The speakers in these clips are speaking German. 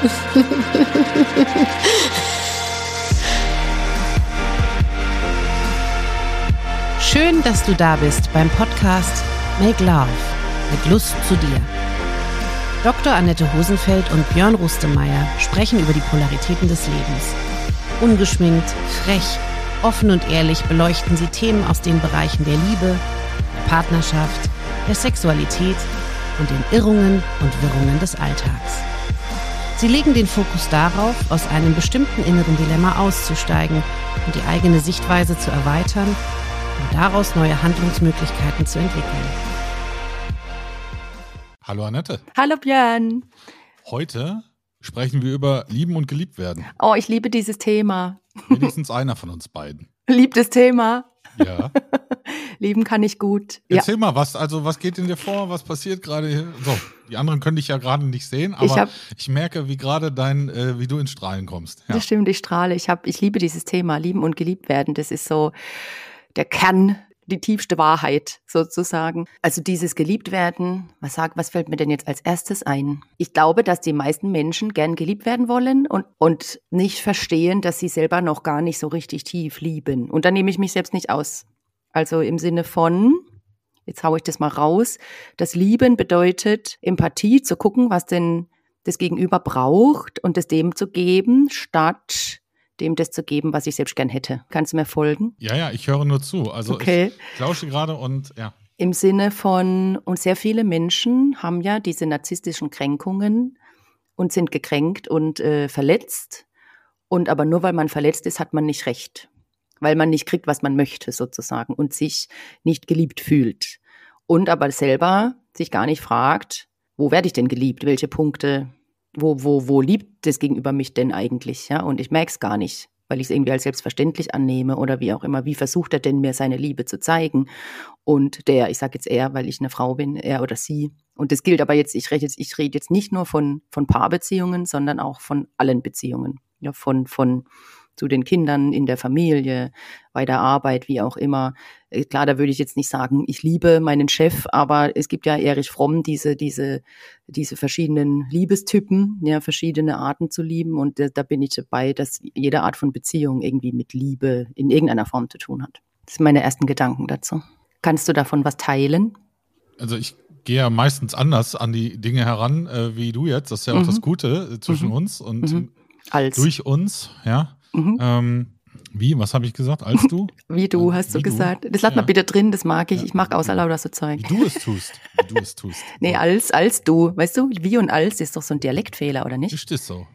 Schön, dass du da bist beim Podcast Make Love mit Lust zu dir. Dr. Annette Hosenfeld und Björn Rustemeyer sprechen über die Polaritäten des Lebens. Ungeschminkt, frech, offen und ehrlich beleuchten sie Themen aus den Bereichen der Liebe, der Partnerschaft, der Sexualität und den Irrungen und Wirrungen des Alltags. Sie legen den Fokus darauf, aus einem bestimmten inneren Dilemma auszusteigen und die eigene Sichtweise zu erweitern und daraus neue Handlungsmöglichkeiten zu entwickeln. Hallo Annette. Hallo Björn. Heute sprechen wir über Lieben und geliebt werden. Oh, ich liebe dieses Thema. Wenigstens einer von uns beiden. Liebt das Thema? Ja. Lieben kann ich gut. Erzähl mal, was geht in dir vor? Was passiert gerade hier? So, die anderen können dich ja gerade nicht sehen, aber ich merke, wie gerade wie du ins Strahlen kommst. Ja. Das stimmt, ich strahle. Ich liebe dieses Thema, lieben und geliebt werden. Das ist so der Kern, die tiefste Wahrheit sozusagen. Also dieses geliebt werden, was fällt mir denn jetzt als erstes ein? Ich glaube, dass die meisten Menschen gern geliebt werden wollen und nicht verstehen, dass sie selber noch gar nicht so richtig tief lieben. Und da nehme ich mich selbst nicht aus. Also im Sinne von, jetzt haue ich das mal raus, das Lieben bedeutet Empathie, zu gucken, was denn das Gegenüber braucht und es dem zu geben, statt dem das zu geben, was ich selbst gern hätte. Kannst du mir folgen? Ja, ich höre nur zu. Also okay. Ich lausche gerade und ja. Im Sinne von, und sehr viele Menschen haben ja diese narzisstischen Kränkungen und sind gekränkt und verletzt. Und aber nur weil man verletzt ist, hat man nicht recht. Weil man nicht kriegt, was man möchte sozusagen und sich nicht geliebt fühlt. Und aber selber sich gar nicht fragt, wo werde ich denn geliebt? Welche Punkte wo liebt das Gegenüber mich denn eigentlich, ja? Und ich merke es gar nicht, weil ich es irgendwie als selbstverständlich annehme oder wie auch immer. Wie versucht er denn, mir seine Liebe zu zeigen? Und ich sage jetzt er, weil ich eine Frau bin, er oder sie. Und das gilt aber jetzt, ich rede jetzt nicht nur von Paarbeziehungen, sondern auch von allen Beziehungen. Ja, von zu den Kindern in der Familie, bei der Arbeit, wie auch immer. Klar, da würde ich jetzt nicht sagen, ich liebe meinen Chef, aber es gibt ja Erich Fromm diese verschiedenen Liebestypen, ja, verschiedene Arten zu lieben und da bin ich dabei, dass jede Art von Beziehung irgendwie mit Liebe in irgendeiner Form zu tun hat. Das sind meine ersten Gedanken dazu. Kannst du davon was teilen? Also ich gehe ja meistens anders an die Dinge heran, wie du jetzt. Das ist ja auch das Gute zwischen uns und durch uns, ja. Was habe ich gesagt? Als du? Wie du, hast du gesagt. Das lass mal bitte drin, das mag ich. Ich mag außer lauter so Zeug. Wie du es tust. Nee, so. als du. Weißt du, wie und als ist doch so ein Dialektfehler, oder nicht? Ist das so?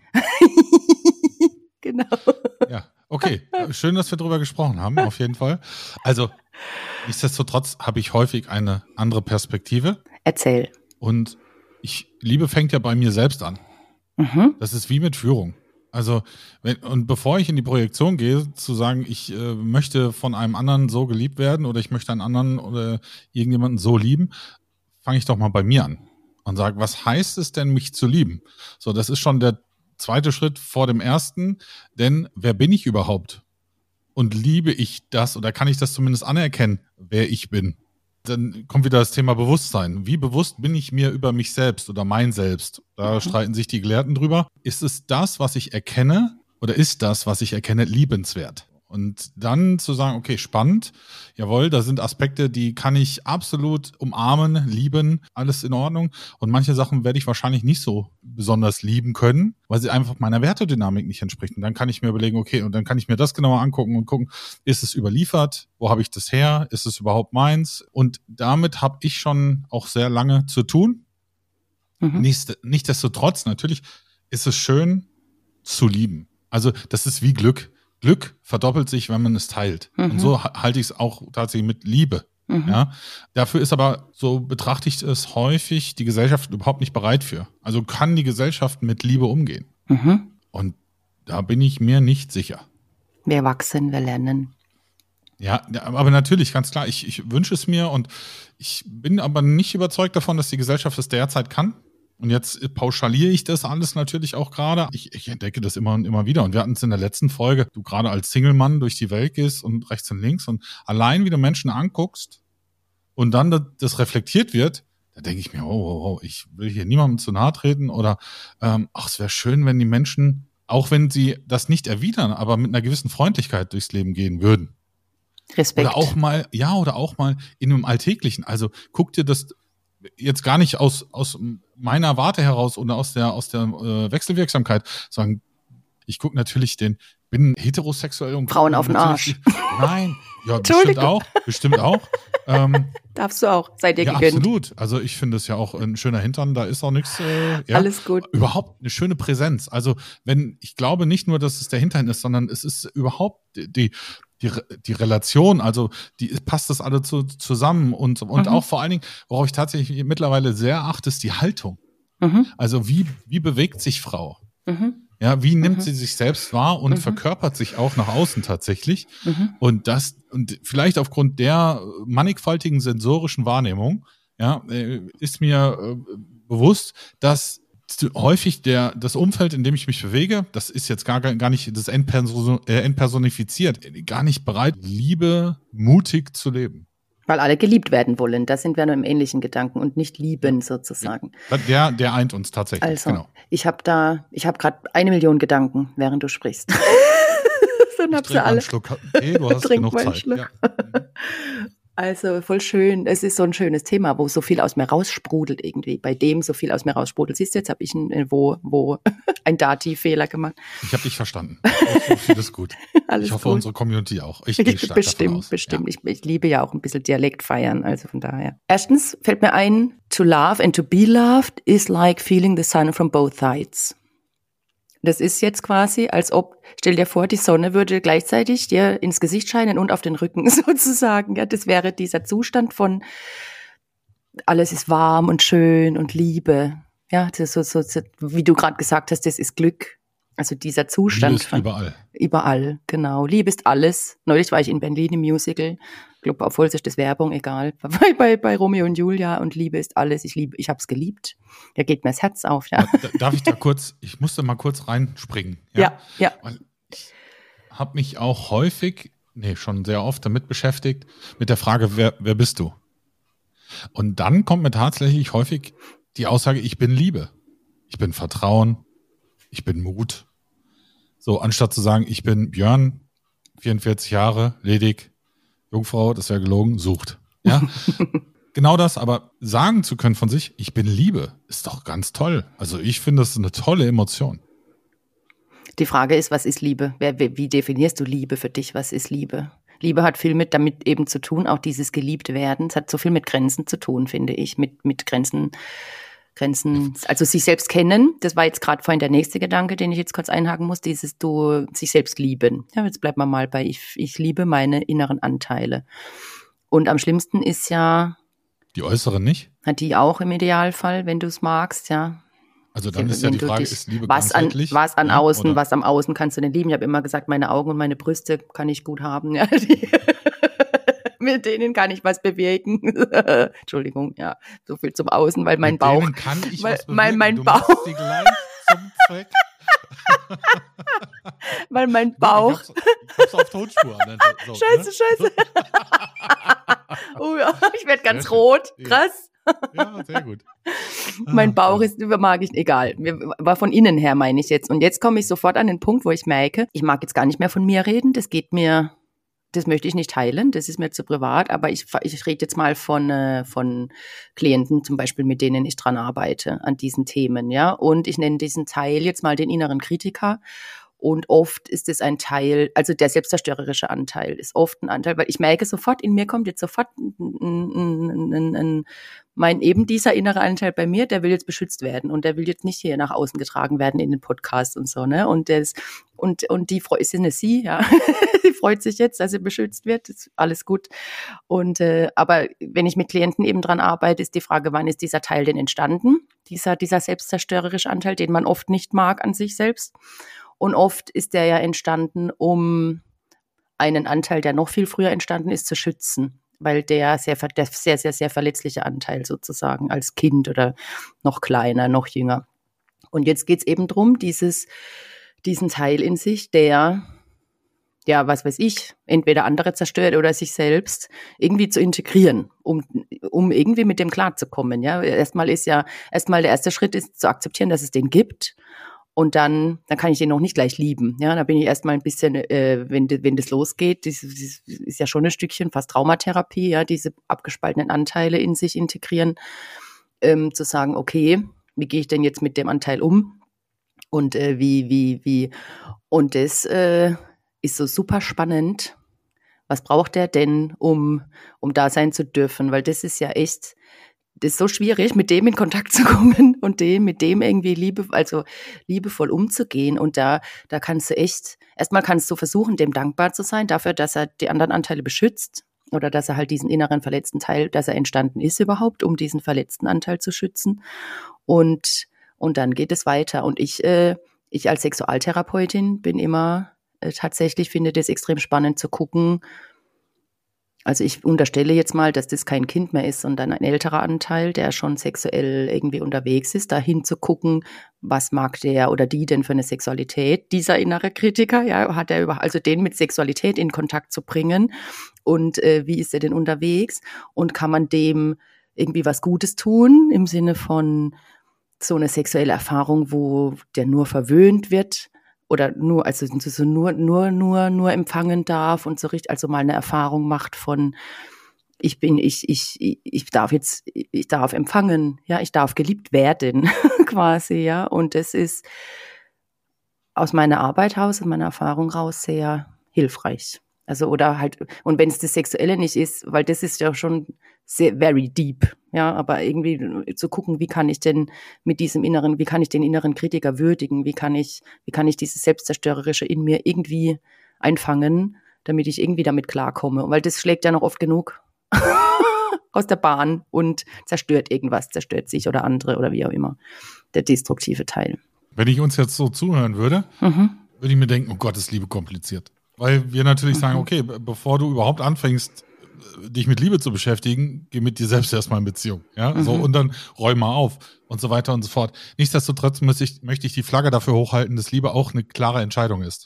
Genau. Ja, okay. Schön, dass wir drüber gesprochen haben, auf jeden Fall. Also, nichtsdestotrotz habe ich häufig eine andere Perspektive. Erzähl. Und Liebe fängt ja bei mir selbst an. Mhm. Das ist wie mit Führung. Also, bevor ich in die Projektion gehe, zu sagen, ich möchte von einem anderen so geliebt werden oder ich möchte einen anderen oder irgendjemanden so lieben, fange ich doch mal bei mir an und sage, was heißt es denn, mich zu lieben? So, das ist schon der zweite Schritt vor dem ersten, denn wer bin ich überhaupt? Und liebe ich das oder kann ich das zumindest anerkennen, wer ich bin? Dann kommt wieder das Thema Bewusstsein. Wie bewusst bin ich mir über mich selbst oder mein Selbst? Da streiten sich die Gelehrten drüber. Ist es das, was ich erkenne, oder ist das, was ich erkenne, liebenswert? Und dann zu sagen, okay, spannend, jawohl, da sind Aspekte, die kann ich absolut umarmen, lieben, alles in Ordnung. Und manche Sachen werde ich wahrscheinlich nicht so besonders lieben können, weil sie einfach meiner Wertedynamik nicht entsprechen. Und dann kann ich mir überlegen, okay, und dann kann ich mir das genauer angucken und gucken, ist es überliefert? Wo habe ich das her? Ist es überhaupt meins? Und damit habe ich schon auch sehr lange zu tun. Nichtsdestotrotz, natürlich ist es schön zu lieben. Also das ist wie Glück. Glück verdoppelt sich, wenn man es teilt. Und so halte ich es auch tatsächlich mit Liebe. Ja? Dafür ist aber, so betrachte ich es häufig, die Gesellschaft überhaupt nicht bereit für. Also kann die Gesellschaft mit Liebe umgehen? Und da bin ich mir nicht sicher. Wir wachsen, wir lernen. Ja, aber natürlich, ganz klar, ich wünsche es mir und ich bin aber nicht überzeugt davon, dass die Gesellschaft es derzeit kann. Und jetzt pauschaliere ich das alles natürlich auch gerade. Ich entdecke das immer und immer wieder. Und wir hatten es in der letzten Folge, du gerade als Single-Mann durch die Welt gehst und rechts und links und allein wie du Menschen anguckst und dann das reflektiert wird, Da denke ich mir, ich will hier niemandem zu nahe treten oder es wäre schön, wenn die Menschen, auch wenn sie das nicht erwidern, aber mit einer gewissen Freundlichkeit durchs Leben gehen würden. Respekt. Oder auch mal in einem Alltäglichen. Also guck dir das jetzt gar nicht aus meiner Warte heraus oder aus der Wechselwirksamkeit, sondern ich gucke natürlich bin heterosexuell und Frauen auf den Arsch. Nein, ja, bestimmt auch. Darfst du auch, seid ihr gegönnt. Ja, absolut. Also ich finde es ja auch ein schöner Hintern, da ist auch nichts. Alles gut. Überhaupt eine schöne Präsenz. Also ich glaube nicht nur, dass es der Hintern ist, sondern es ist überhaupt die Relation, also passt das alle zusammen und auch vor allen Dingen, worauf ich tatsächlich mittlerweile sehr achte, ist die Haltung. Also wie bewegt sich Frau? Ja, wie nimmt sie sich selbst wahr und verkörpert sich auch nach außen tatsächlich? Und vielleicht aufgrund der mannigfaltigen sensorischen Wahrnehmung, ja, ist mir bewusst, dass häufig das Umfeld, in dem ich mich bewege, das ist jetzt gar nicht das entpersonifiziert, gar nicht bereit, Liebe mutig zu leben. Weil alle geliebt werden wollen. Da sind wir nur im ähnlichen Gedanken und nicht lieben sozusagen. Der eint uns tatsächlich. Also, genau. Ich habe gerade 1 Million Gedanken, während du sprichst. Dann ich trinke einen Schluck Tee, du hast genug Zeit. Ja. Also voll schön. Es ist so ein schönes Thema, wo so viel aus mir raussprudelt irgendwie. Bei dem so viel aus mir raussprudelt. Siehst du, jetzt habe ich ein Dativfehler gemacht. Ich habe dich verstanden. So viel ist gut. Ich hoffe, unsere Community auch. Ich gehe stark davon aus. Bestimmt. Ja. Ich liebe ja auch ein bisschen Dialekt feiern, also von daher. Erstens fällt mir ein, to love and to be loved is like feeling the sun from both sides. Das ist jetzt quasi, als ob, stell dir vor, die Sonne würde gleichzeitig dir ins Gesicht scheinen und auf den Rücken sozusagen. Ja, das wäre dieser Zustand von alles ist warm und schön und Liebe. Ja, das ist so, wie du gerade gesagt hast, das ist Glück. Also dieser Zustand. Liebe ist überall. Überall, genau. Liebe ist alles. Neulich war ich in Berlin im Musical. Ich glaube, obwohl es ist das Werbung, egal. Bei Romeo und Julia und Liebe ist alles. Ich habe es geliebt. Da geht mir das Herz auf, ja. Darf ich ich musste mal kurz reinspringen. Ja. Weil ich habe mich auch schon sehr oft damit beschäftigt, mit der Frage, wer bist du? Und dann kommt mir tatsächlich häufig die Aussage, ich bin Liebe. Ich bin Vertrauen. Ich bin Mut. So, anstatt zu sagen, ich bin Björn, 44 Jahre, ledig, Jungfrau, das wäre gelogen, sucht. Ja, genau das, aber sagen zu können von sich, ich bin Liebe, ist doch ganz toll. Also ich finde, das ist eine tolle Emotion. Die Frage ist, was ist Liebe? Wie definierst du Liebe für dich? Was ist Liebe? Liebe hat viel damit eben zu tun, auch dieses Geliebt-Werden. Es hat so viel mit Grenzen zu tun, finde ich, mit Grenzen, also sich selbst kennen, das war jetzt gerade vorhin der nächste Gedanke, den ich jetzt kurz einhaken muss, sich selbst lieben. Ja, jetzt bleiben wir mal bei ich liebe meine inneren Anteile. Und am schlimmsten ist ja die äußeren nicht? Hat die auch im Idealfall, wenn du es magst, ja. Also dann ist ja die Frage, ist Liebe ganzheitlich? Was am Außen kannst du denn lieben? Ich habe immer gesagt, meine Augen und meine Brüste kann ich gut haben, ja. Mit denen kann ich was bewegen. Entschuldigung, ja, so viel zum Außen, weil mein Bauch. Mit denen kann ich was bewegen. Mein du Bauch. Machst die gleich zum Zweck. Weil mein Bauch. Ich hab's auf Tonspur. So, Scheiße. Oh, ich werde ganz rot. Krass. Ja, sehr gut. Mein Bauch mag ich, egal. Aber von innen her meine ich jetzt. Und jetzt komme ich sofort an den Punkt, wo ich merke, ich mag jetzt gar nicht mehr von mir reden. Das möchte ich nicht teilen, das ist mir zu privat, aber ich rede jetzt mal von Klienten zum Beispiel, mit denen ich dran arbeite, an diesen Themen, ja. Und ich nenne diesen Teil jetzt mal den inneren Kritiker. Und oft ist es ein Teil, also der selbstzerstörerische Anteil ist oft ein Anteil, weil ich merke sofort, in mir kommt jetzt sofort eben dieser innere Anteil bei mir, der will jetzt beschützt werden und der will jetzt nicht hier nach außen getragen werden in den Podcast und so, ne? Und die freut sich, sie, ja, sie freut sich jetzt, dass sie beschützt wird, ist alles gut. Und aber wenn ich mit Klienten eben dran arbeite, ist die Frage, wann ist dieser Teil denn entstanden? Dieser selbstzerstörerische Anteil, den man oft nicht mag an sich selbst. Und oft ist der ja entstanden, um einen Anteil, der noch viel früher entstanden ist, zu schützen, weil der sehr, sehr, sehr verletzliche Anteil sozusagen als Kind oder noch kleiner, noch jünger. Und jetzt geht es eben darum, diesen Teil in sich, der ja, was weiß ich, entweder andere zerstört oder sich selbst irgendwie zu integrieren, um irgendwie mit dem klarzukommen. Ja, erstmal der erste Schritt ist zu akzeptieren, dass es den gibt. Und dann kann ich den noch nicht gleich lieben. Ja, da bin ich erstmal ein bisschen, wenn das losgeht, das ist ja schon ein Stückchen fast Traumatherapie, ja, diese abgespaltenen Anteile in sich integrieren, zu sagen, okay, wie gehe ich denn jetzt mit dem Anteil um? Und wie. Und das ist so super spannend. Was braucht der denn, um da sein zu dürfen? Weil das ist ja echt, das ist so schwierig, mit dem in Kontakt zu kommen und mit dem irgendwie liebevoll umzugehen. Und da kannst du echt, erstmal kannst du versuchen, dem dankbar zu sein, dafür, dass er die anderen Anteile beschützt oder dass er halt diesen inneren verletzten Teil, dass er entstanden ist überhaupt, um diesen verletzten Anteil zu schützen. Und dann geht es weiter. Und ich als Sexualtherapeutin bin immer tatsächlich, finde das extrem spannend zu gucken. Also ich unterstelle jetzt mal, dass das kein Kind mehr ist, sondern ein älterer Anteil, der schon sexuell irgendwie unterwegs ist, dahin zu gucken, was mag der oder die denn für eine Sexualität, dieser innere Kritiker, ja, also den mit Sexualität in Kontakt zu bringen und wie ist er denn unterwegs und kann man dem irgendwie was Gutes tun im Sinne von so eine sexuelle Erfahrung, wo der nur verwöhnt wird, oder nur empfangen darf und so richtig, also mal eine Erfahrung macht von, ich darf empfangen, ja, ich darf geliebt werden, quasi, ja, und das ist aus meiner Erfahrung raus sehr hilfreich. Also, oder halt, und wenn es das Sexuelle nicht ist, weil das ist ja schon sehr, very deep, ja, aber irgendwie zu gucken, wie kann ich den inneren Kritiker würdigen, wie kann ich dieses Selbstzerstörerische in mir irgendwie einfangen, damit ich irgendwie damit klarkomme, weil das schlägt ja noch oft genug aus der Bahn und zerstört sich oder andere oder wie auch immer, der destruktive Teil. Wenn ich uns jetzt so zuhören würde, würde ich mir denken, oh Gott, ist Liebe kompliziert. Weil wir natürlich sagen, okay, bevor du überhaupt anfängst, dich mit Liebe zu beschäftigen, geh mit dir selbst erstmal in Beziehung. Ja? So, und dann räum mal auf und so weiter und so fort. Nichtsdestotrotz möchte ich die Flagge dafür hochhalten, dass Liebe auch eine klare Entscheidung ist.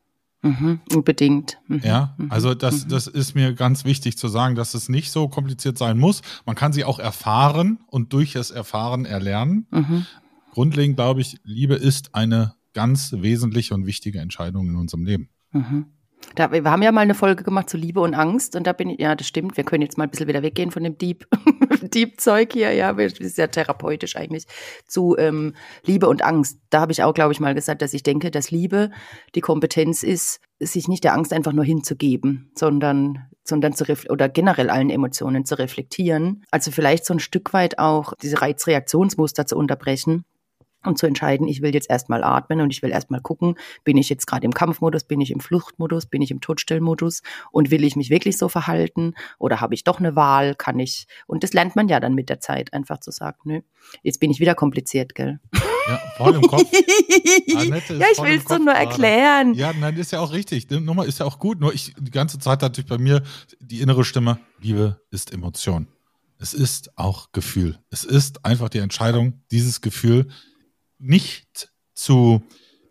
Unbedingt. Ja, also das ist mir ganz wichtig zu sagen, dass es nicht so kompliziert sein muss. Man kann sie auch erfahren und durch das Erfahren erlernen. Grundlegend glaube ich, Liebe ist eine ganz wesentliche und wichtige Entscheidung in unserem Leben. Wir haben ja mal eine Folge gemacht zu Liebe und Angst und da ja, das stimmt, wir können jetzt mal ein bisschen wieder weggehen von dem Deep-Zeug hier, ja, das ist ja therapeutisch eigentlich, zu Liebe und Angst. Da habe ich auch, glaube ich, mal gesagt, dass ich denke, dass Liebe die Kompetenz ist, sich nicht der Angst einfach nur hinzugeben, sondern oder generell allen Emotionen zu reflektieren. Also vielleicht so ein Stück weit auch diese Reizreaktionsmuster zu unterbrechen. Und zu entscheiden, ich will jetzt erstmal atmen und ich will erstmal gucken, bin ich jetzt gerade im Kampfmodus, bin ich im Fluchtmodus, bin ich im Todstellmodus und will ich mich wirklich so verhalten oder habe ich doch eine Wahl, und das lernt man ja dann mit der Zeit, einfach zu sagen, nö, jetzt bin ich wieder kompliziert, gell? Ja, voll im Kopf. Annette, ja, ich will es doch nur erklären. Ja, nein, ist ja auch richtig. Nummer ist ja auch gut, nur die ganze Zeit natürlich bei mir die innere Stimme, Liebe ist Emotion. Es ist auch Gefühl. Es ist einfach die Entscheidung, dieses Gefühl nicht zu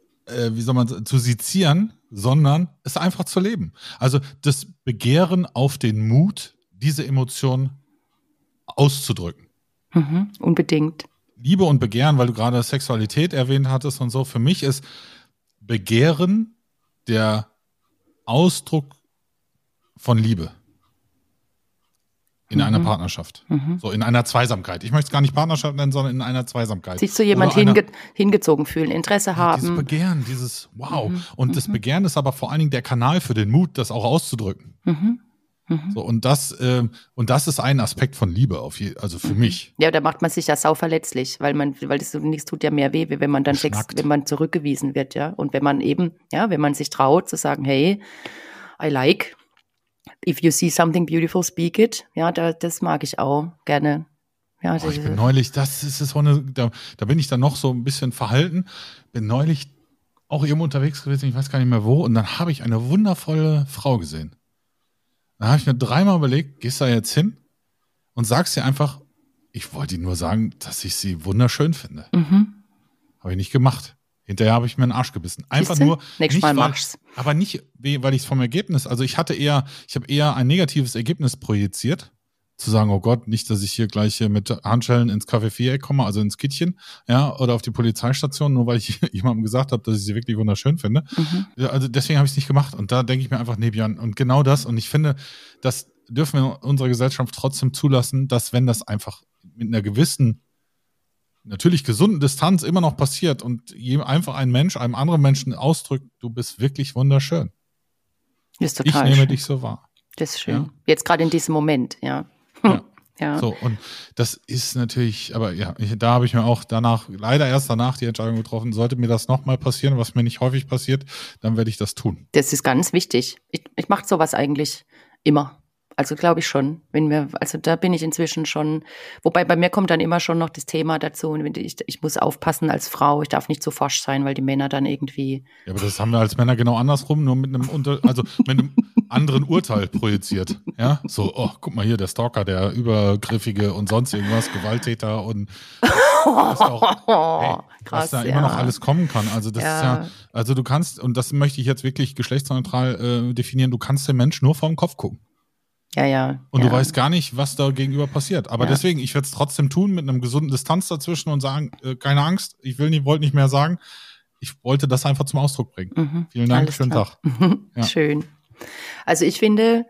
sezieren, sondern es einfach zu leben. Also das Begehren auf den Mut, diese Emotion auszudrücken. Unbedingt. Liebe und Begehren, weil du gerade Sexualität erwähnt hattest und so, für mich ist Begehren der Ausdruck von Liebe. In einer Partnerschaft. So in einer Zweisamkeit. Ich möchte es gar nicht Partnerschaft nennen, sondern in einer Zweisamkeit. Sich zu jemand hingezogen fühlen, Interesse haben. Dieses Begehren, dieses Wow. Und das Begehren ist aber vor allen Dingen der Kanal für den Mut, das auch auszudrücken. So, und das ist ein Aspekt von Liebe, also für mich. Ja, da macht man sich ja sauverletzlich, weil das nichts tut ja mehr weh, wie wenn man dann wenn man zurückgewiesen wird, ja. Und wenn man wenn man sich traut zu sagen, hey, I like. If you see something beautiful, speak it. Ja, das mag ich auch gerne. Ja, ich bin neulich, da bin ich dann noch so ein bisschen verhalten. Bin neulich auch irgendwo unterwegs gewesen, ich weiß gar nicht mehr wo, und dann habe ich eine wundervolle Frau gesehen. Da habe ich mir 3-mal überlegt, gehst du da jetzt hin und sagst ihr einfach, ich wollte ihr nur sagen, dass ich sie wunderschön finde. Habe ich nicht gemacht. Hinterher habe ich mir einen Arsch gebissen. Einfach Siehste? nur, Nächstes Mal mach's. Aber nicht, weil ich es vom Ergebnis, also ich habe eher ein negatives Ergebnis projiziert, zu sagen, oh Gott, nicht, dass ich hier gleich hier mit Handschellen ins Café-Viereck komme, also ins Kittchen, ja, oder auf die Polizeistation, nur weil ich jemandem gesagt habe, dass ich sie wirklich wunderschön finde. Ja, also deswegen habe ich es nicht gemacht. Und da denke ich mir einfach, nee, Björn, und genau das, und ich finde, das dürfen wir in unserer Gesellschaft trotzdem zulassen, dass wenn das einfach mit einer gewissen, natürlich gesunden Distanz immer noch passiert und einfach ein Mensch einem anderen Menschen ausdrückt, du bist wirklich wunderschön. Das ist total ich nehme schön. dich so wahr. Das ist schön. Ja? Jetzt gerade in diesem Moment, ja. Ja. So, und das ist natürlich, aber ja, da habe ich mir auch leider erst danach die Entscheidung getroffen, sollte mir das nochmal passieren, was mir nicht häufig passiert, dann werde ich das tun. Das ist ganz wichtig. Ich mache sowas eigentlich immer. Also glaube ich schon, also da bin ich inzwischen schon, wobei bei mir kommt dann immer schon noch das Thema dazu, und ich muss aufpassen als Frau, ich darf nicht zu forsch sein, weil die Männer dann irgendwie. Ja, aber das haben wir als Männer genau andersrum, nur mit einem mit einem anderen Urteil projiziert. Ja, so, oh, guck mal hier, der Stalker, der Übergriffige und sonst irgendwas, Gewalttäter und was da immer noch alles kommen kann. Also das ist ja, also du kannst, und das möchte ich jetzt wirklich geschlechtsneutral definieren, du kannst den Mensch nur vor den Kopf gucken. Ja. Und du weißt gar nicht, was da gegenüber passiert. Aber deswegen, ich werde es trotzdem tun mit einem gesunden Distanz dazwischen und sagen, keine Angst, wollte nicht mehr sagen. Ich wollte das einfach zum Ausdruck bringen. Vielen Dank, schönen Tag. Ja. Schön. Also ich finde,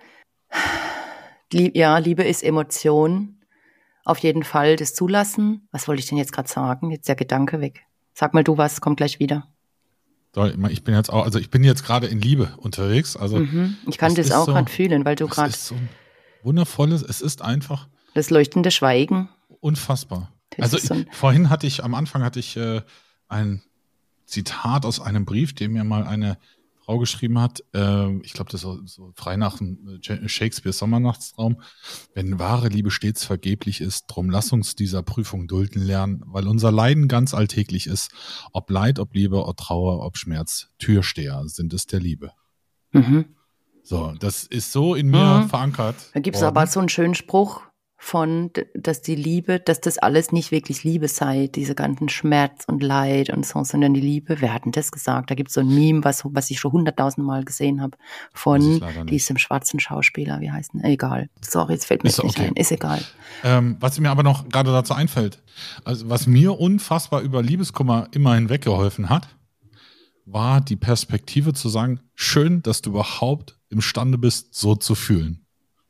Liebe ist Emotion. Auf jeden Fall das Zulassen. Was wollte ich denn jetzt gerade sagen? Jetzt der Gedanke weg. Sag mal du was, kommt gleich wieder. Ich bin jetzt gerade in Liebe unterwegs. Also ich kann das auch gerade fühlen, weil du gerade. Es ist so ein wundervolles, es ist einfach. Das leuchtende Schweigen. Unfassbar. Am Anfang hatte ich ein Zitat aus einem Brief, den mir mal eine Frau geschrieben hat. Ich glaube, das war so frei nach Shakespeares Sommernachtstraum. Wenn wahre Liebe stets vergeblich ist, drum lass uns dieser Prüfung dulden lernen, weil unser Leiden ganz alltäglich ist. Ob Leid, ob Liebe, ob Trauer, ob Schmerz, Türsteher sind es der Liebe. So, das ist so in mir verankert. Da gibt es aber so einen schönen Spruch dass die Liebe, dass das alles nicht wirklich Liebe sei, diese ganzen Schmerz und Leid und so, sondern die Liebe, wer hat denn das gesagt? Da gibt es so ein Meme, was ich schon 100.000 Mal gesehen habe, von diesem schwarzen Schauspieler, wie heißt denn? Egal. Sorry, jetzt fällt mir nicht ein. Ist egal. Was mir aber noch gerade dazu einfällt, also was mir unfassbar über Liebeskummer immer hinweggeholfen hat, war die Perspektive zu sagen, schön, dass du überhaupt imstande bist, so zu fühlen.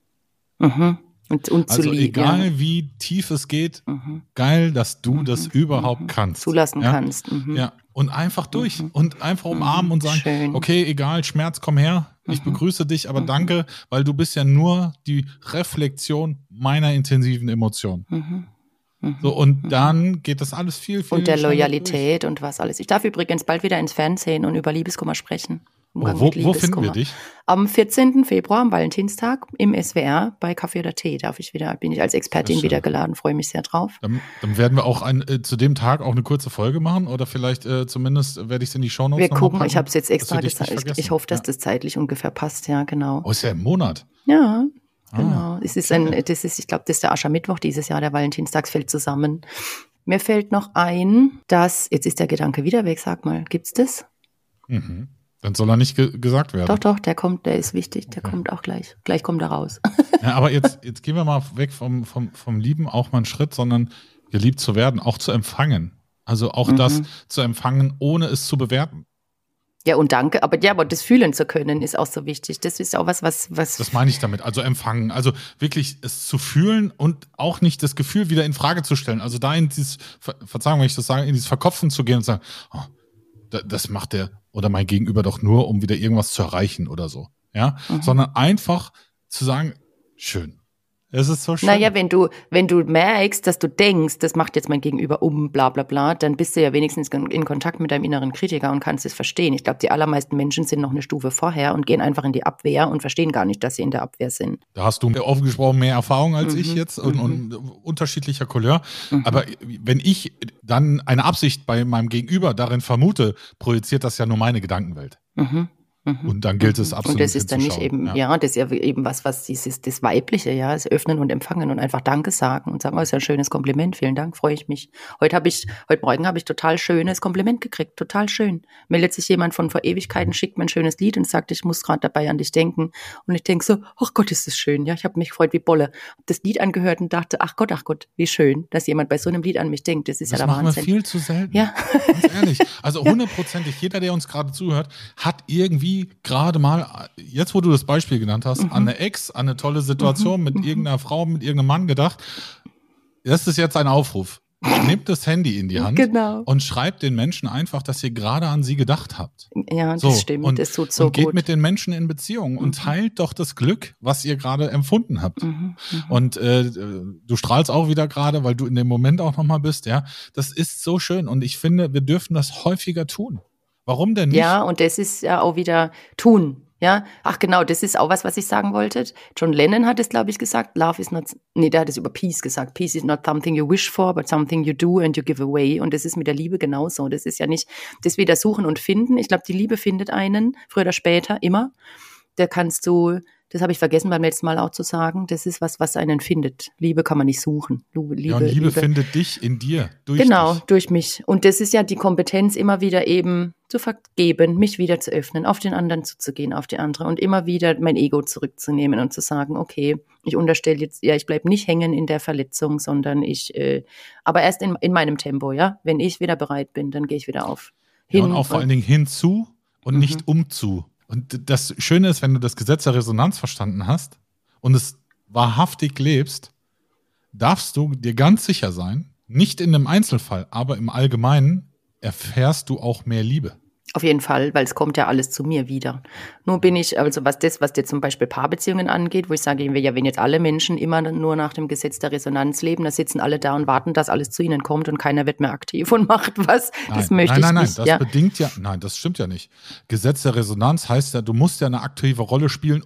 Und also egal wie tief es geht, geil, dass du das überhaupt kannst. Zulassen kannst. Ja, und einfach durch und einfach umarmen und sagen, schön. Okay, egal, Schmerz, komm her, ich begrüße dich, aber danke, weil du bist ja nur die Reflexion meiner intensiven Emotionen. So, und dann geht das alles viel und der Loyalität durch. Und was alles. Ich darf übrigens bald wieder ins Fernsehen und über Liebeskummer sprechen. Wo finden wir dich? Am 14. Februar, am Valentinstag, im SWR bei Kaffee oder Tee bin ich als Expertin wieder geladen, freue mich sehr drauf. Dann werden wir auch zu dem Tag auch eine kurze Folge machen oder vielleicht zumindest werde ich es in die Shownotes Wir gucken, ich habe es jetzt extra gesagt. Ich hoffe, dass das zeitlich ungefähr passt, ja, genau. Oh, ist ja im Monat. Ja, genau. Ich glaube, das ist der Aschermittwoch dieses Jahr, der Valentinstag fällt zusammen. Mir fällt noch ein, jetzt ist der Gedanke wieder weg, sag mal, gibt's das? Dann soll er nicht gesagt werden. Doch, der ist wichtig, der kommt auch gleich. Gleich kommt er raus. Ja, aber jetzt gehen wir mal weg vom Lieben, auch mal einen Schritt, sondern geliebt zu werden, auch zu empfangen. Also auch das zu empfangen, ohne es zu bewerten. Ja, und danke, aber das fühlen zu können, ist auch so wichtig. Das ist auch was. Das meine ich damit, also empfangen. Also wirklich es zu fühlen und auch nicht das Gefühl wieder in Frage zu stellen. Also da in dieses, Verzeihung, wenn ich das sage, in dieses Verkopfen zu gehen und sagen, oh, das macht der oder mein Gegenüber doch nur, um wieder irgendwas zu erreichen oder so. Ja, sondern einfach zu sagen, schön. Es ist so schön. Naja, wenn du merkst, dass du denkst, das macht jetzt mein Gegenüber bla bla bla, dann bist du ja wenigstens in Kontakt mit deinem inneren Kritiker und kannst es verstehen. Ich glaube, die allermeisten Menschen sind noch eine Stufe vorher und gehen einfach in die Abwehr und verstehen gar nicht, dass sie in der Abwehr sind. Da hast du offen gesprochen mehr Erfahrung als ich jetzt und unterschiedlicher Couleur. Aber wenn ich dann eine Absicht bei meinem Gegenüber darin vermute, projiziert das ja nur meine Gedankenwelt. Und dann gilt es absolut. Und das ist dann nicht eben, das ist ja eben was das Weibliche, das Öffnen und Empfangen und einfach Danke sagen und sagen, oh, ist ja ein schönes Kompliment, vielen Dank, freue ich mich. Heute Morgen habe ich total schönes Kompliment gekriegt, total schön. Meldet sich jemand von vor Ewigkeiten, schickt mir ein schönes Lied und sagt, ich muss gerade dabei an dich denken. Und ich denke so, ach Gott, ist das schön, ich habe mich gefreut wie Bolle. Hab das Lied angehört und dachte, ach Gott, wie schön, dass jemand bei so einem Lied an mich denkt. Das ist ja der Wahnsinn. Das machen wir viel zu selten. Ja. Ganz ehrlich. Also 100%ig, jeder, der uns gerade zuhört, hat irgendwie gerade mal, jetzt wo du das Beispiel genannt hast, an eine Ex, an eine tolle Situation mit irgendeiner Frau, mit irgendeinem Mann gedacht. Das ist jetzt ein Aufruf. Nehmt das Handy in die Hand und schreibt den Menschen einfach, dass ihr gerade an sie gedacht habt. Ja, das stimmt. Und das tut so und geht gut. mit den Menschen in Beziehung und teilt doch das Glück, was ihr gerade empfunden habt. Und du strahlst auch wieder gerade, weil du in dem Moment auch nochmal bist. Ja, das ist so schön und ich finde, wir dürfen das häufiger tun. Warum denn nicht? Ja, und das ist ja auch wieder tun. Ja, ach genau, das ist auch was ich sagen wollte. John Lennon hat es, glaube ich, gesagt. Der hat es über Peace gesagt. Peace is not something you wish for, but something you do and you give away. Und das ist mit der Liebe genauso. Das ist ja nicht das wieder suchen und finden. Ich glaube, die Liebe findet einen, früher oder später, immer. Das habe ich vergessen beim letzten Mal auch zu sagen, das ist was einen findet. Liebe kann man nicht suchen. Liebe findet dich in dir, durch dich. Durch mich. Und das ist ja die Kompetenz, immer wieder eben zu vergeben, mich wieder zu öffnen, auf den anderen zuzugehen, auf die andere und immer wieder mein Ego zurückzunehmen und zu sagen, okay, ich unterstelle jetzt, ich bleibe nicht hängen in der Verletzung, sondern aber erst in meinem Tempo, wenn ich wieder bereit bin, dann gehe ich wieder auf. Und auch vor allen Dingen hinzu und nicht umzu. Und das Schöne ist, wenn du das Gesetz der Resonanz verstanden hast und es wahrhaftig lebst, darfst du dir ganz sicher sein, nicht in einem Einzelfall, aber im Allgemeinen erfährst du auch mehr Liebe. Auf jeden Fall, weil es kommt ja alles zu mir wieder. Nur bin ich, also was jetzt zum Beispiel Paarbeziehungen angeht, wo ich sage, wenn jetzt alle Menschen immer nur nach dem Gesetz der Resonanz leben, da sitzen alle da und warten, dass alles zu ihnen kommt und keiner wird mehr aktiv und macht was. Das möchte ich nicht. Nein, das stimmt ja nicht. Gesetz der Resonanz heißt ja, du musst ja eine aktive Rolle spielen,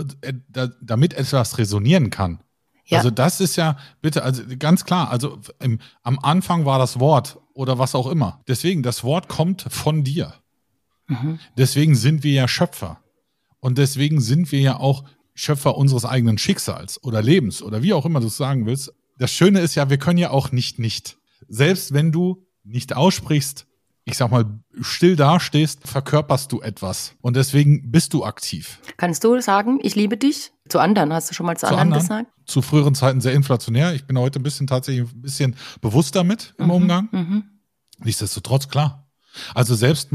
damit etwas resonieren kann. Ja. Also das ist ja, bitte, also ganz klar, also am Anfang war das Wort oder was auch immer. Deswegen, das Wort kommt von dir. Deswegen sind wir ja Schöpfer. Und deswegen sind wir ja auch Schöpfer unseres eigenen Schicksals oder Lebens oder wie auch immer du es sagen willst. Das Schöne ist ja, wir können ja auch nicht. Selbst wenn du nicht aussprichst, ich sag mal, still dastehst, verkörperst du etwas. Und deswegen bist du aktiv. Kannst du sagen, ich liebe dich? Zu anderen, hast du schon mal zu anderen gesagt? Zu früheren Zeiten sehr inflationär. Ich bin heute tatsächlich ein bisschen bewusster mit im Umgang. Nichtsdestotrotz, klar. Also selbst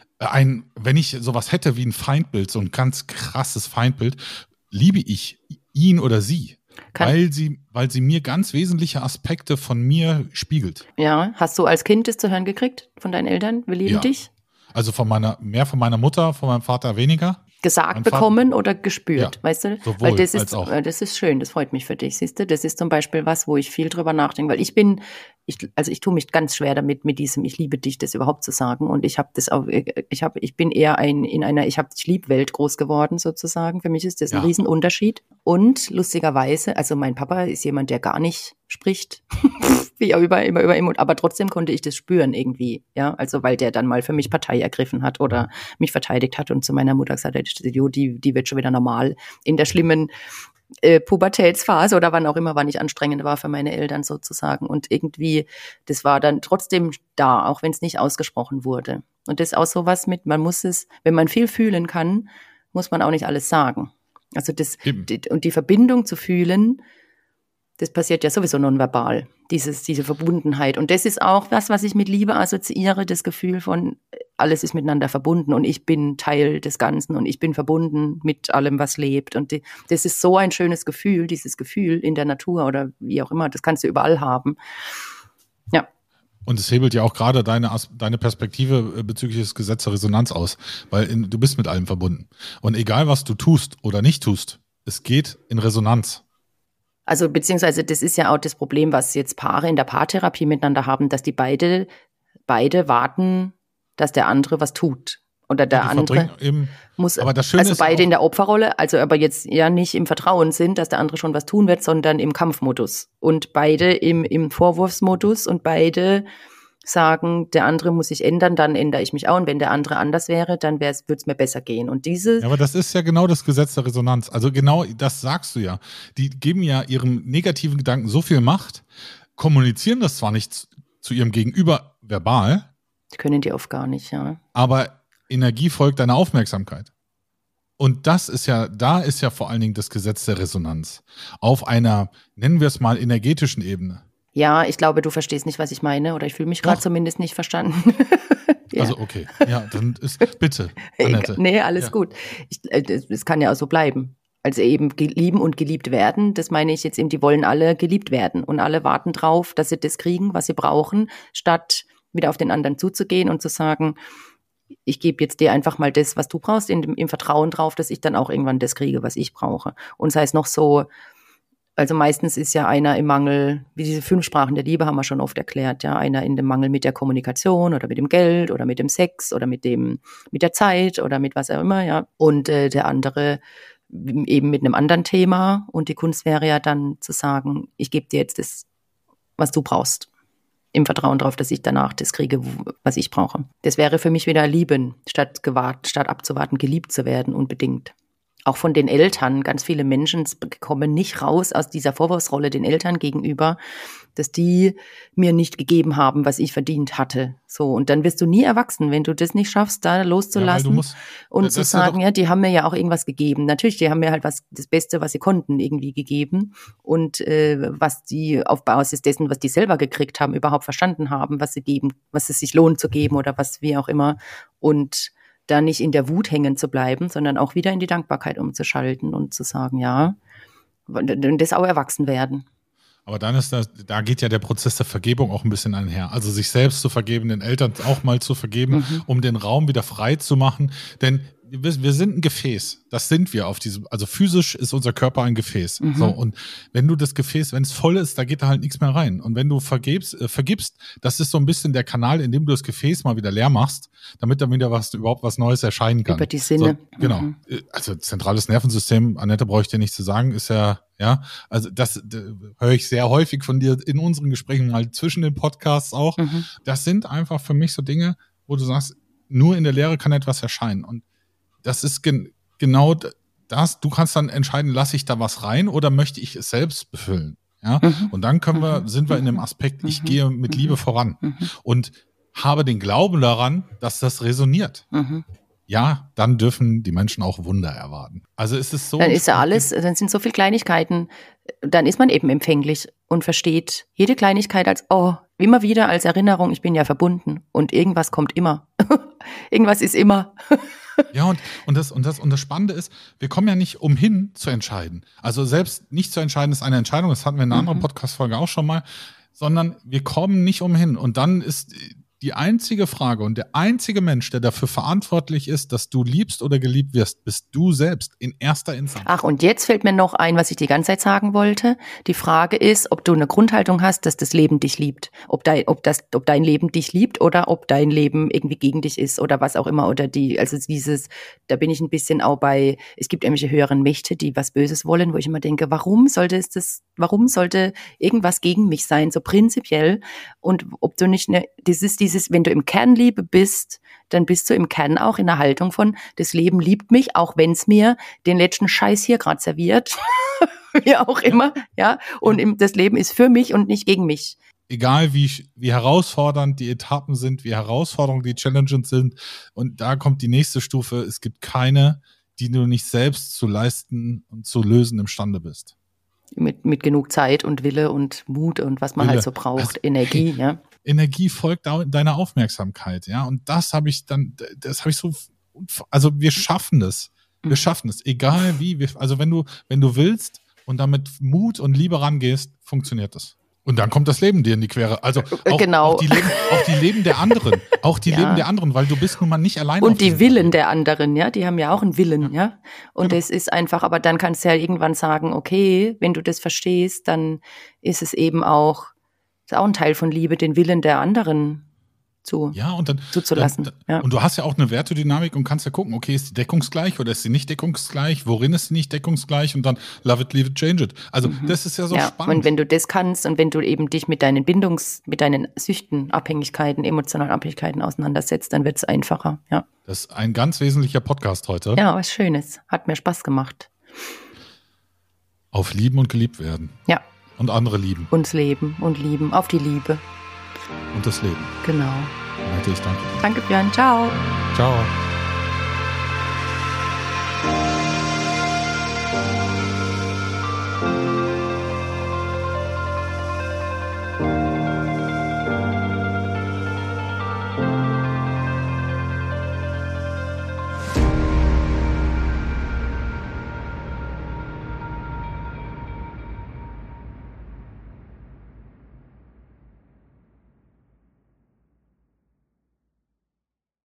wenn ich sowas hätte wie ein Feindbild, so ein ganz krasses Feindbild, liebe ich ihn oder sie, weil sie mir ganz wesentliche Aspekte von mir spiegelt. Ja, hast du als Kind das zu hören gekriegt von deinen Eltern? Wir lieben dich? Also mehr von meiner Mutter, von meinem Vater weniger. Gesagt bekommen oder gespürt, weißt du? Sowohl weil das als auch. Das ist schön, das freut mich für dich, siehst du? Das ist zum Beispiel was, wo ich viel drüber nachdenke, weil ich tue mich ganz schwer damit, mit diesem ich liebe dich, das überhaupt zu sagen und ich bin eher ich lieb Welt groß geworden sozusagen, für mich ist das ein Riesenunterschied und lustigerweise, also mein Papa ist jemand, der gar nicht spricht, wie er immer über ihm, aber trotzdem konnte ich das spüren irgendwie, also weil der dann mal für mich Partei ergriffen hat oder mich verteidigt hat und zu meiner Mutter gesagt hat, die wird schon wieder normal in der schlimmen Pubertätsphase oder wann ich anstrengend war für meine Eltern sozusagen und irgendwie, das war dann trotzdem da, auch wenn es nicht ausgesprochen wurde und das ist auch sowas mit, man muss es, wenn man viel fühlen kann, muss man auch nicht alles sagen, also und die Verbindung zu fühlen, das passiert ja sowieso nonverbal, diese Verbundenheit. Und das ist auch was ich mit Liebe assoziiere, das Gefühl von, alles ist miteinander verbunden und ich bin Teil des Ganzen und ich bin verbunden mit allem, was lebt. Und das ist so ein schönes Gefühl, dieses Gefühl in der Natur oder wie auch immer, das kannst du überall haben. Ja. Und es hebelt ja auch gerade deine Perspektive bezüglich des Gesetzes der Resonanz aus, weil du bist mit allem verbunden. Und egal, was du tust oder nicht tust, es geht in Resonanz. Also beziehungsweise das ist ja auch das Problem, was jetzt Paare in der Paartherapie miteinander haben, dass die beide warten, dass der andere was tut. Oder der andere muss, aber das Schöne also ist beide in der Opferrolle, also aber jetzt ja nicht im Vertrauen sind, dass der andere schon was tun wird, sondern im Kampfmodus. Und beide im Vorwurfsmodus und beide sagen, der andere muss sich ändern, dann ändere ich mich auch. Und wenn der andere anders wäre, dann würde es mir besser gehen. Und Ja, aber das ist ja genau das Gesetz der Resonanz. Also genau das sagst du ja. Die geben ja ihrem negativen Gedanken so viel Macht, kommunizieren das zwar nicht zu ihrem Gegenüber verbal. Die können die oft gar nicht, ja. Aber Energie folgt deiner Aufmerksamkeit. Und da ist ja vor allen Dingen das Gesetz der Resonanz. Auf einer, nennen wir es mal, energetischen Ebene. Ja, ich glaube, du verstehst nicht, was ich meine, oder ich fühle mich gerade zumindest nicht verstanden. Ja. Also okay, ja, dann bitte, Annette. Nee, alles gut. Es kann ja auch so bleiben. Also eben lieben und geliebt werden, das meine ich jetzt eben, die wollen alle geliebt werden und alle warten drauf, dass sie das kriegen, was sie brauchen, statt wieder auf den anderen zuzugehen und zu sagen, ich gebe jetzt dir einfach mal das, was du brauchst, im Vertrauen drauf, dass ich dann auch irgendwann das kriege, was ich brauche. Und sei es noch so, also meistens ist ja einer im Mangel, wie diese 5 Sprachen der Liebe haben wir schon oft erklärt, ja, einer in dem Mangel mit der Kommunikation oder mit dem Geld oder mit dem Sex oder mit der Zeit oder mit was auch immer, ja. Und der andere eben mit einem anderen Thema. Und die Kunst wäre ja dann zu sagen, ich gebe dir jetzt das, was du brauchst. Im Vertrauen darauf, dass ich danach das kriege, was ich brauche. Das wäre für mich wieder lieben, statt abzuwarten, geliebt zu werden, unbedingt. Auch von den Eltern, ganz viele Menschen kommen nicht raus aus dieser Vorwurfsrolle den Eltern gegenüber, dass die mir nicht gegeben haben, was ich verdient hatte. So, und dann wirst du nie erwachsen, wenn du das nicht schaffst, da loszulassen und zu sagen, ja, die haben mir ja auch irgendwas gegeben. Natürlich, die haben mir halt das Beste, was sie konnten, irgendwie gegeben. Und was die auf Basis dessen, was die selber gekriegt haben, überhaupt verstanden haben, was sie geben, was es sich lohnt zu geben oder was wie auch immer. Und da nicht in der Wut hängen zu bleiben, sondern auch wieder in die Dankbarkeit umzuschalten und zu sagen, ja, das auch erwachsen werden. Aber dann da geht ja der Prozess der Vergebung auch ein bisschen einher. Also sich selbst zu vergeben, den Eltern auch mal zu vergeben, um den Raum wieder frei zu machen. Denn wir sind ein Gefäß. Das sind wir also physisch ist unser Körper ein Gefäß. So, und wenn du das Gefäß, wenn es voll ist, da geht da halt nichts mehr rein. Und wenn du vergibst, das ist so ein bisschen der Kanal, in dem du das Gefäß mal wieder leer machst, damit dann wieder überhaupt was Neues erscheinen kann. Über die Sinne. So, genau. Also zentrales Nervensystem, Annette, brauche ich dir nicht zu sagen, ist ja, also das höre ich sehr häufig von dir in unseren Gesprächen mal zwischen den Podcasts auch. Das sind einfach für mich so Dinge, wo du sagst, nur in der Leere kann etwas erscheinen. Und das ist genau das. Du kannst dann entscheiden, lasse ich da was rein oder möchte ich es selbst befüllen? Ja? Und dann sind wir in dem Aspekt, ich gehe mit Liebe voran und habe den Glauben daran, dass das resoniert. Ja, dann dürfen die Menschen auch Wunder erwarten. Also ist es so. Dann ist ja alles, dann sind so viele Kleinigkeiten, dann ist man eben empfänglich und versteht jede Kleinigkeit als, immer wieder als Erinnerung, ich bin ja verbunden und irgendwas kommt immer. Irgendwas ist immer. Ja, und das Spannende ist, wir kommen ja nicht umhin zu entscheiden. Also selbst nicht zu entscheiden ist eine Entscheidung, das hatten wir in einer anderen Podcast-Folge auch schon mal, sondern wir kommen nicht umhin. Und dann ist die einzige Frage und der einzige Mensch, der dafür verantwortlich ist, dass du liebst oder geliebt wirst, bist du selbst in erster Instanz. Ach, und jetzt fällt mir noch ein, was ich die ganze Zeit sagen wollte. Die Frage ist, ob du eine Grundhaltung hast, dass das Leben dich liebt. Ob dein Leben dich liebt oder ob dein Leben irgendwie gegen dich ist oder was auch immer. Oder da bin ich ein bisschen auch bei, es gibt irgendwelche höheren Mächte, die was Böses wollen, wo ich immer denke, warum sollte irgendwas gegen mich sein, so prinzipiell? Und ob du nicht wenn du im Kern Liebe bist, dann bist du im Kern auch in der Haltung von, das Leben liebt mich, auch wenn es mir den letzten Scheiß hier gerade serviert, wie auch immer, ja. Und das Leben ist für mich und nicht gegen mich. Egal wie herausfordernd die Etappen sind, wie herausfordernd die Challenges sind. Und da kommt die nächste Stufe. Es gibt keine, die du nicht selbst zu leisten und zu lösen imstande bist. Mit genug Zeit und Wille und Mut und was man halt so braucht, also, Energie, ja. Energie folgt deiner Aufmerksamkeit, ja. Und das habe ich so, also wir schaffen das. Wir schaffen es. Egal wie, also wenn du willst und damit Mut und Liebe rangehst, funktioniert das. Und dann kommt das Leben dir in die Quere. Also auch die Leben der anderen. Auch die Leben der anderen, weil du bist nun mal nicht alleine. Und die Willen der anderen, ja, die haben ja auch einen Willen, ja. Und es ist einfach, aber dann kannst du ja irgendwann sagen, okay, wenn du das verstehst, dann ist es eben auch ein Teil von Liebe, den Willen der anderen zuzulassen. Und du hast ja auch eine Wertedynamik und kannst ja gucken, okay, ist die deckungsgleich oder ist sie nicht deckungsgleich? Worin ist sie nicht deckungsgleich? Und dann love it, leave it, change it. Also das ist ja so spannend. Und wenn du das kannst und wenn du eben dich mit deinen mit deinen Süchten, Abhängigkeiten, emotionalen Abhängigkeiten auseinandersetzt, dann wird es einfacher. Ja. Das ist ein ganz wesentlicher Podcast heute. Ja, was Schönes. Hat mir Spaß gemacht. Auf lieben und geliebt werden. Ja. Und andere lieben. Uns leben und lieben. Auf die Liebe. Und das Leben. Genau. Annette, ich danke dir. Danke, Björn. Ciao. Ciao.